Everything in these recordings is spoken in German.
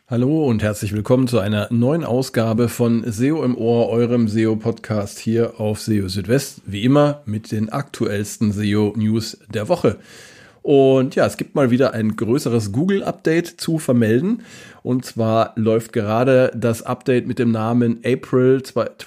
Hallo und herzlich willkommen zu einer neuen Ausgabe von SEO im Ohr, eurem SEO-Podcast hier auf SEO Südwest. Wie immer mit den aktuellsten SEO-News der Woche. Und ja, es gibt mal wieder ein größeres Google-Update zu vermelden. Und zwar läuft gerade das Update mit dem Namen April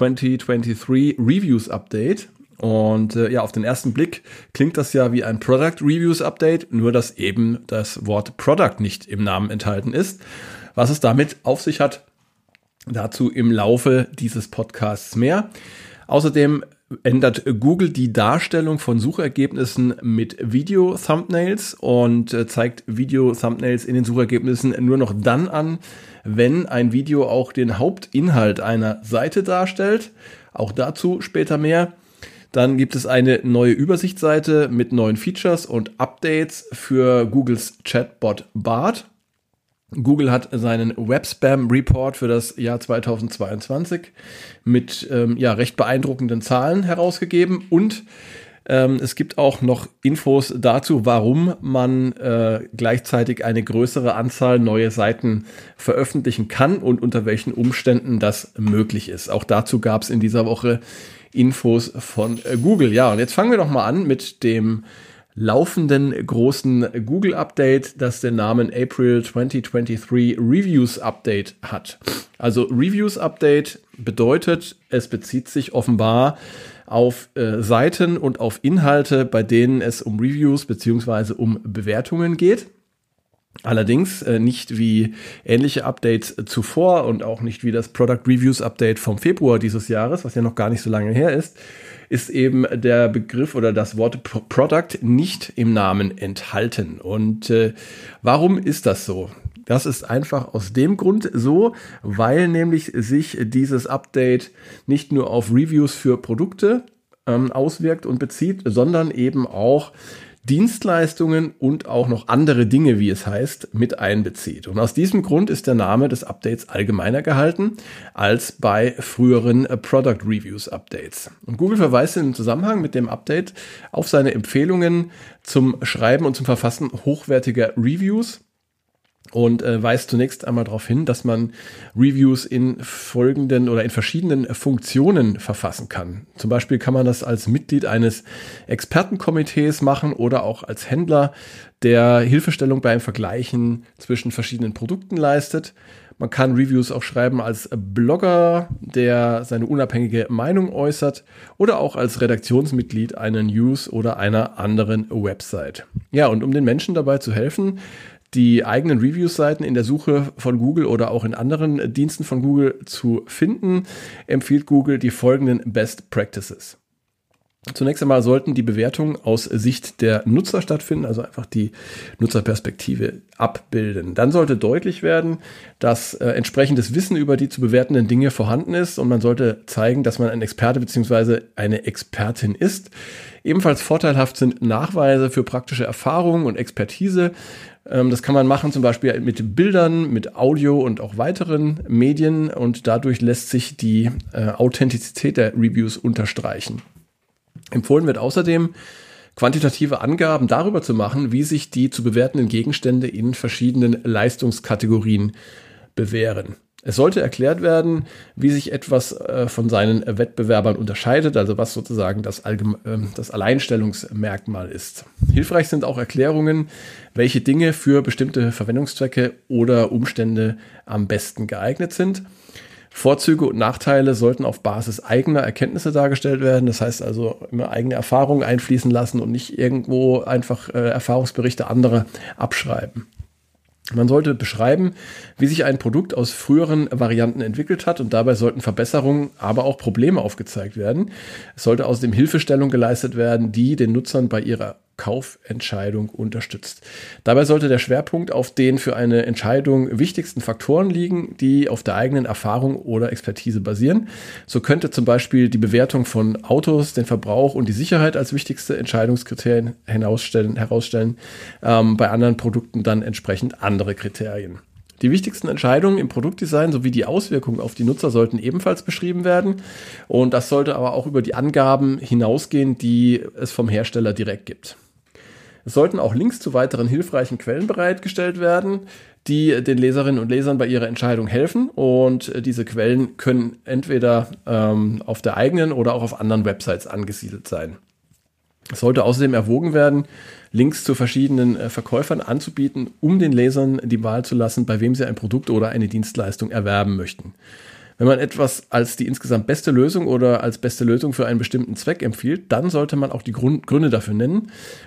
2023 Reviews Update. Und auf den ersten Blick klingt das ja wie ein Product Reviews Update, nur dass eben das Wort Product nicht im Namen enthalten ist. Was es damit auf sich hat, dazu im Laufe dieses Podcasts mehr. Außerdem ändert Google die Darstellung von Suchergebnissen mit Video-Thumbnails und zeigt Video-Thumbnails in den Suchergebnissen nur noch dann an, wenn ein Video auch den Hauptinhalt einer Seite darstellt. Auch dazu später mehr. Dann gibt es eine neue Übersichtsseite mit neuen Features und Updates für Googles Chatbot Bard. Google hat seinen Web-Spam-Report für das Jahr 2022 mit recht beeindruckenden Zahlen herausgegeben und es gibt auch noch Infos dazu, warum man gleichzeitig eine größere Anzahl neue Seiten veröffentlichen kann und unter welchen Umständen das möglich ist. Auch dazu gab es in dieser Woche Infos von Google. Ja, und jetzt fangen wir doch mal an mit dem laufenden großen Google-Update, das den Namen April 2023 Reviews Update hat. Also Reviews Update bedeutet, es bezieht sich offenbar auf Seiten und auf Inhalte, bei denen es um Reviews bzw. um Bewertungen geht. Allerdings nicht wie ähnliche Updates zuvor und auch nicht wie das Product Reviews Update vom Februar dieses Jahres, was ja noch gar nicht so lange her ist eben der Begriff oder das Wort Product nicht im Namen enthalten. Und warum ist das so? Das ist einfach aus dem Grund so, weil nämlich sich dieses Update nicht nur auf Reviews für Produkte auswirkt und bezieht, sondern eben auch Dienstleistungen und auch noch andere Dinge, wie es heißt, mit einbezieht. Und aus diesem Grund ist der Name des Updates allgemeiner gehalten als bei früheren Product Reviews Updates. Und Google verweist im Zusammenhang mit dem Update auf seine Empfehlungen zum Schreiben und zum Verfassen hochwertiger Reviews und weist zunächst einmal darauf hin, dass man Reviews in folgenden oder in verschiedenen Funktionen verfassen kann. Zum Beispiel kann man das als Mitglied eines Expertenkomitees machen oder auch als Händler, der Hilfestellung beim Vergleichen zwischen verschiedenen Produkten leistet. Man kann Reviews auch schreiben als Blogger, der seine unabhängige Meinung äußert oder auch als Redaktionsmitglied einer News oder einer anderen Website. Ja, und um den Menschen dabei zu helfen, die eigenen Reviews-Seiten in der Suche von Google oder auch in anderen Diensten von Google zu finden, empfiehlt Google die folgenden Best Practices. Zunächst einmal sollten die Bewertungen aus Sicht der Nutzer stattfinden, also einfach die Nutzerperspektive abbilden. Dann sollte deutlich werden, dass entsprechendes Wissen über die zu bewertenden Dinge vorhanden ist und man sollte zeigen, dass man ein Experte bzw. eine Expertin ist. Ebenfalls vorteilhaft sind Nachweise für praktische Erfahrungen und Expertise. Das kann man machen zum Beispiel mit Bildern, mit Audio und auch weiteren Medien und dadurch lässt sich die Authentizität der Reviews unterstreichen. Empfohlen wird außerdem, quantitative Angaben darüber zu machen, wie sich die zu bewertenden Gegenstände in verschiedenen Leistungskategorien bewähren. Es sollte erklärt werden, wie sich etwas von seinen Wettbewerbern unterscheidet, also was sozusagen das Alleinstellungsmerkmal ist. Hilfreich sind auch Erklärungen, welche Dinge für bestimmte Verwendungszwecke oder Umstände am besten geeignet sind. Vorzüge und Nachteile sollten auf Basis eigener Erkenntnisse dargestellt werden. Das heißt also immer eigene Erfahrungen einfließen lassen und nicht irgendwo einfach Erfahrungsberichte anderer abschreiben. Man sollte beschreiben, wie sich ein Produkt aus früheren Varianten entwickelt hat und dabei sollten Verbesserungen, aber auch Probleme aufgezeigt werden. Es sollte außerdem Hilfestellung geleistet werden, die den Nutzern bei ihrer Kaufentscheidung unterstützt. Dabei sollte der Schwerpunkt auf den für eine Entscheidung wichtigsten Faktoren liegen, die auf der eigenen Erfahrung oder Expertise basieren. So könnte zum Beispiel die Bewertung von Autos den Verbrauch und die Sicherheit als wichtigste Entscheidungskriterien herausstellen, bei anderen Produkten dann entsprechend andere Kriterien. Die wichtigsten Entscheidungen im Produktdesign sowie die Auswirkungen auf die Nutzer sollten ebenfalls beschrieben werden. Und das sollte aber auch über die Angaben hinausgehen, die es vom Hersteller direkt gibt. Es sollten auch Links zu weiteren hilfreichen Quellen bereitgestellt werden, die den Leserinnen und Lesern bei ihrer Entscheidung helfen. Und diese Quellen können entweder auf der eigenen oder auch auf anderen Websites angesiedelt sein. Es sollte außerdem erwogen werden, Links zu verschiedenen Verkäufern anzubieten, um den Lesern die Wahl zu lassen, bei wem sie ein Produkt oder eine Dienstleistung erwerben möchten. Wenn man etwas als die insgesamt beste Lösung oder als beste Lösung für einen bestimmten Zweck empfiehlt, dann sollte man auch die Gründe dafür nennen.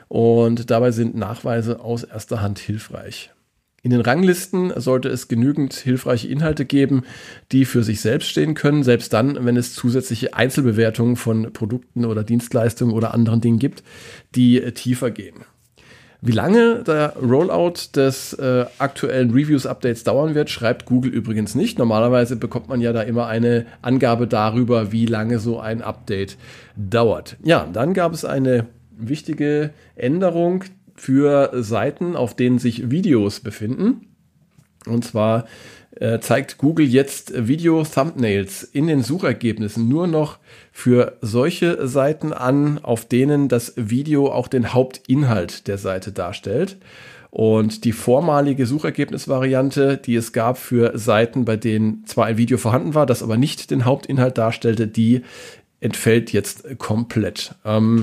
Und dabei sind Nachweise aus erster Hand hilfreich. In den Ranglisten sollte es genügend hilfreiche Inhalte geben, die für sich selbst stehen können, selbst dann, wenn es zusätzliche Einzelbewertungen von Produkten oder Dienstleistungen oder anderen Dingen gibt, die tiefer gehen. Wie lange der Rollout des aktuellen Reviews-Updates dauern wird, schreibt Google übrigens nicht. Normalerweise bekommt man ja da immer eine Angabe darüber, wie lange so ein Update dauert. Ja, dann gab es eine wichtige Änderung für Seiten, auf denen sich Videos befinden. Und zwar zeigt Google jetzt Video-Thumbnails in den Suchergebnissen nur noch für solche Seiten an, auf denen das Video auch den Hauptinhalt der Seite darstellt. Und die vormalige Suchergebnisvariante, die es gab für Seiten, bei denen zwar ein Video vorhanden war, das aber nicht den Hauptinhalt darstellte, die entfällt jetzt komplett.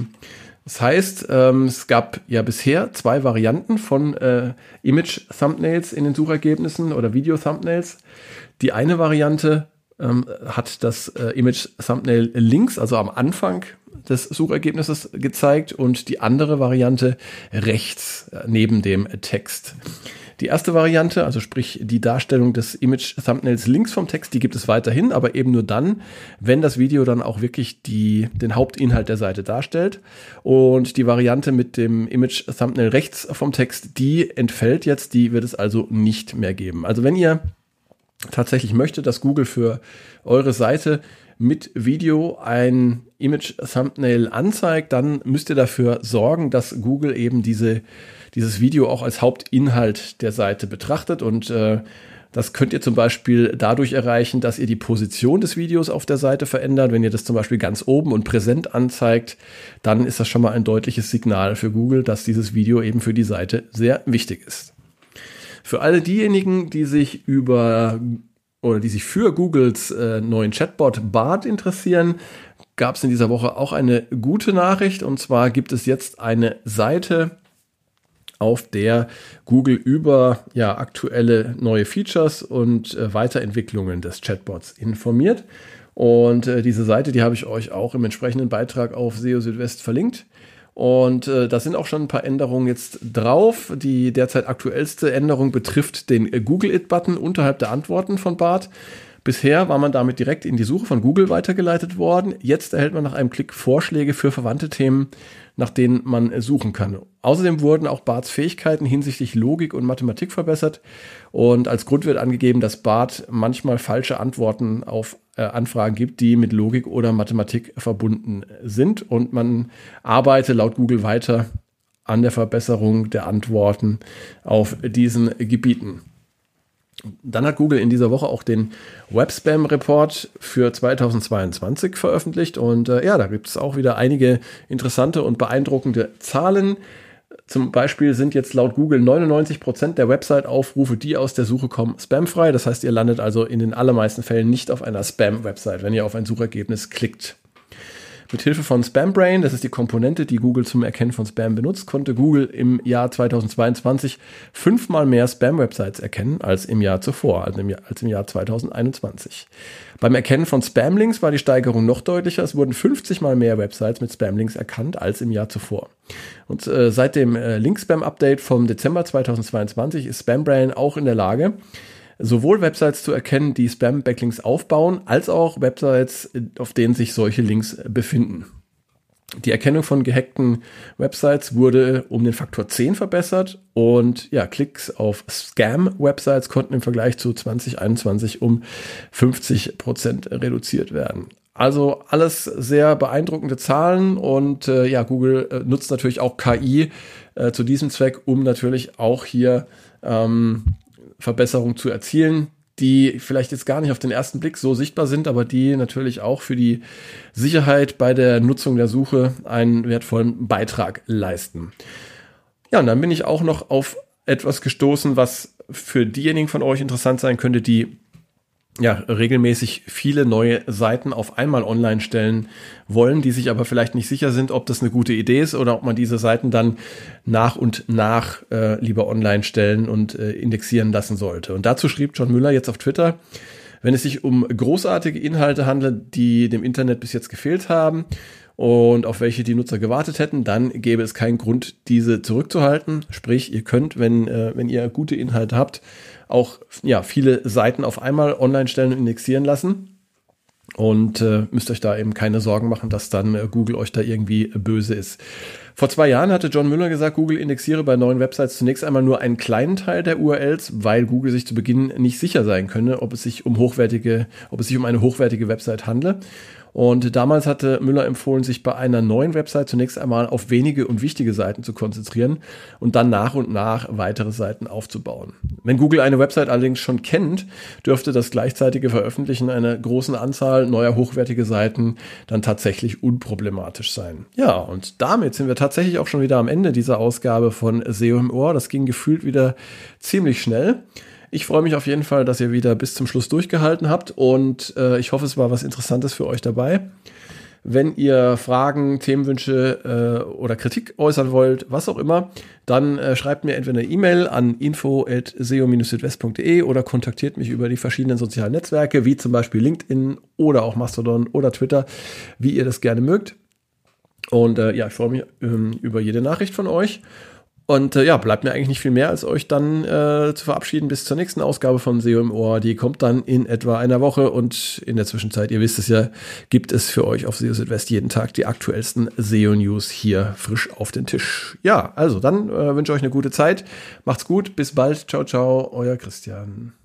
Das heißt, es gab ja bisher 2 Varianten von Image-Thumbnails in den Suchergebnissen oder Video-Thumbnails. Die eine Variante hat das Image-Thumbnail links, also am Anfang des Suchergebnisses gezeigt, und die andere Variante rechts neben dem Text. Die erste Variante, also sprich die Darstellung des Image-Thumbnails links vom Text, die gibt es weiterhin, aber eben nur dann, wenn das Video dann auch wirklich den Hauptinhalt der Seite darstellt. Und die Variante mit dem Image-Thumbnail rechts vom Text, die entfällt jetzt, die wird es also nicht mehr geben. Also wenn ihr tatsächlich möchtet, dass Google für eure Seite mit Video ein Image-Thumbnail anzeigt, dann müsst ihr dafür sorgen, dass Google eben dieses Video auch als Hauptinhalt der Seite betrachtet, und das könnt ihr zum Beispiel dadurch erreichen, dass ihr die Position des Videos auf der Seite verändert. Wenn ihr das zum Beispiel ganz oben und präsent anzeigt, dann ist das schon mal ein deutliches Signal für Google, dass dieses Video eben für die Seite sehr wichtig ist. Für alle diejenigen, die sich für Googles neuen Chatbot Bard interessieren, gab es in dieser Woche auch eine gute Nachricht, und zwar gibt es jetzt eine Seite, auf der Google über aktuelle neue Features und Weiterentwicklungen des Chatbots informiert. Und diese Seite, die habe ich euch auch im entsprechenden Beitrag auf SEO Südwest verlinkt. Und da sind auch schon ein paar Änderungen jetzt drauf. Die derzeit aktuellste Änderung betrifft den Google It-Button unterhalb der Antworten von Bard. Bisher war man damit direkt in die Suche von Google weitergeleitet worden. Jetzt erhält man nach einem Klick Vorschläge für verwandte Themen, nach denen man suchen kann. Außerdem wurden auch Bards Fähigkeiten hinsichtlich Logik und Mathematik verbessert. Und als Grund wird angegeben, dass Bard manchmal falsche Antworten auf Anfragen gibt, die mit Logik oder Mathematik verbunden sind. Und man arbeite laut Google weiter an der Verbesserung der Antworten auf diesen Gebieten. Dann hat Google in dieser Woche auch den Web-Spam-Report für 2022 veröffentlicht, und da gibt es auch wieder einige interessante und beeindruckende Zahlen. Zum Beispiel sind jetzt laut Google 99% der Website-Aufrufe, die aus der Suche kommen, spamfrei. Das heißt, ihr landet also in den allermeisten Fällen nicht auf einer Spam-Website, wenn ihr auf ein Suchergebnis klickt. Mit Hilfe von SpamBrain, das ist die Komponente, die Google zum Erkennen von Spam benutzt, konnte Google im Jahr 2022 5-mal mehr Spam-Websites erkennen als im Jahr zuvor, als im Jahr 2021. Beim Erkennen von Spam-Links war die Steigerung noch deutlicher. Es wurden 50-mal mehr Websites mit Spam-Links erkannt als im Jahr zuvor. Und seit dem Link-Spam-Update vom Dezember 2022 ist SpamBrain auch in der Lage, sowohl Websites zu erkennen, die Spam-Backlinks aufbauen, als auch Websites, auf denen sich solche Links befinden. Die Erkennung von gehackten Websites wurde um den Faktor 10 verbessert, und Klicks auf Scam-Websites konnten im Vergleich zu 2021 um 50% reduziert werden. Also alles sehr beeindruckende Zahlen, und Google nutzt natürlich auch KI zu diesem Zweck, um natürlich auch hier Verbesserungen zu erzielen, die vielleicht jetzt gar nicht auf den ersten Blick so sichtbar sind, aber die natürlich auch für die Sicherheit bei der Nutzung der Suche einen wertvollen Beitrag leisten. Ja, und dann bin ich auch noch auf etwas gestoßen, was für diejenigen von euch interessant sein könnte, die ja regelmäßig viele neue Seiten auf einmal online stellen wollen, die sich aber vielleicht nicht sicher sind, ob das eine gute Idee ist oder ob man diese Seiten dann nach und nach lieber online stellen und indexieren lassen sollte. Und dazu schrieb John Müller jetzt auf Twitter: Wenn es sich um großartige Inhalte handelt, die dem Internet bis jetzt gefehlt haben und auf welche die Nutzer gewartet hätten, dann gäbe es keinen Grund, diese zurückzuhalten. Sprich, ihr könnt, wenn ihr gute Inhalte habt, auch viele Seiten auf einmal online stellen und indexieren lassen. Und müsst euch da eben keine Sorgen machen, dass dann Google euch da irgendwie böse ist. Vor 2 Jahren hatte John Müller gesagt, Google indexiere bei neuen Websites zunächst einmal nur einen kleinen Teil der URLs, weil Google sich zu Beginn nicht sicher sein könne, ob es sich um eine hochwertige Website handle. Und damals hatte Müller empfohlen, sich bei einer neuen Website zunächst einmal auf wenige und wichtige Seiten zu konzentrieren und dann nach und nach weitere Seiten aufzubauen. Wenn Google eine Website allerdings schon kennt, dürfte das gleichzeitige Veröffentlichen einer großen Anzahl neuer hochwertiger Seiten dann tatsächlich unproblematisch sein. Ja, und damit sind wir tatsächlich auch schon wieder am Ende dieser Ausgabe von SEO im Ohr. Das ging gefühlt wieder ziemlich schnell. Ich freue mich auf jeden Fall, dass ihr wieder bis zum Schluss durchgehalten habt und ich hoffe, es war was Interessantes für euch dabei. Wenn ihr Fragen, Themenwünsche oder Kritik äußern wollt, was auch immer, dann schreibt mir entweder eine E-Mail an info@seo-südwest.de oder kontaktiert mich über die verschiedenen sozialen Netzwerke, wie zum Beispiel LinkedIn oder auch Mastodon oder Twitter, wie ihr das gerne mögt. Und ich freue mich über jede Nachricht von euch. Und bleibt mir eigentlich nicht viel mehr, als euch dann zu verabschieden bis zur nächsten Ausgabe von SEO im Ohr. Die kommt dann in etwa einer Woche und in der Zwischenzeit, ihr wisst es ja, gibt es für euch auf SEO Südwest jeden Tag die aktuellsten SEO-News hier frisch auf den Tisch. Ja, also dann wünsche ich euch eine gute Zeit. Macht's gut, bis bald. Ciao, ciao, euer Christian.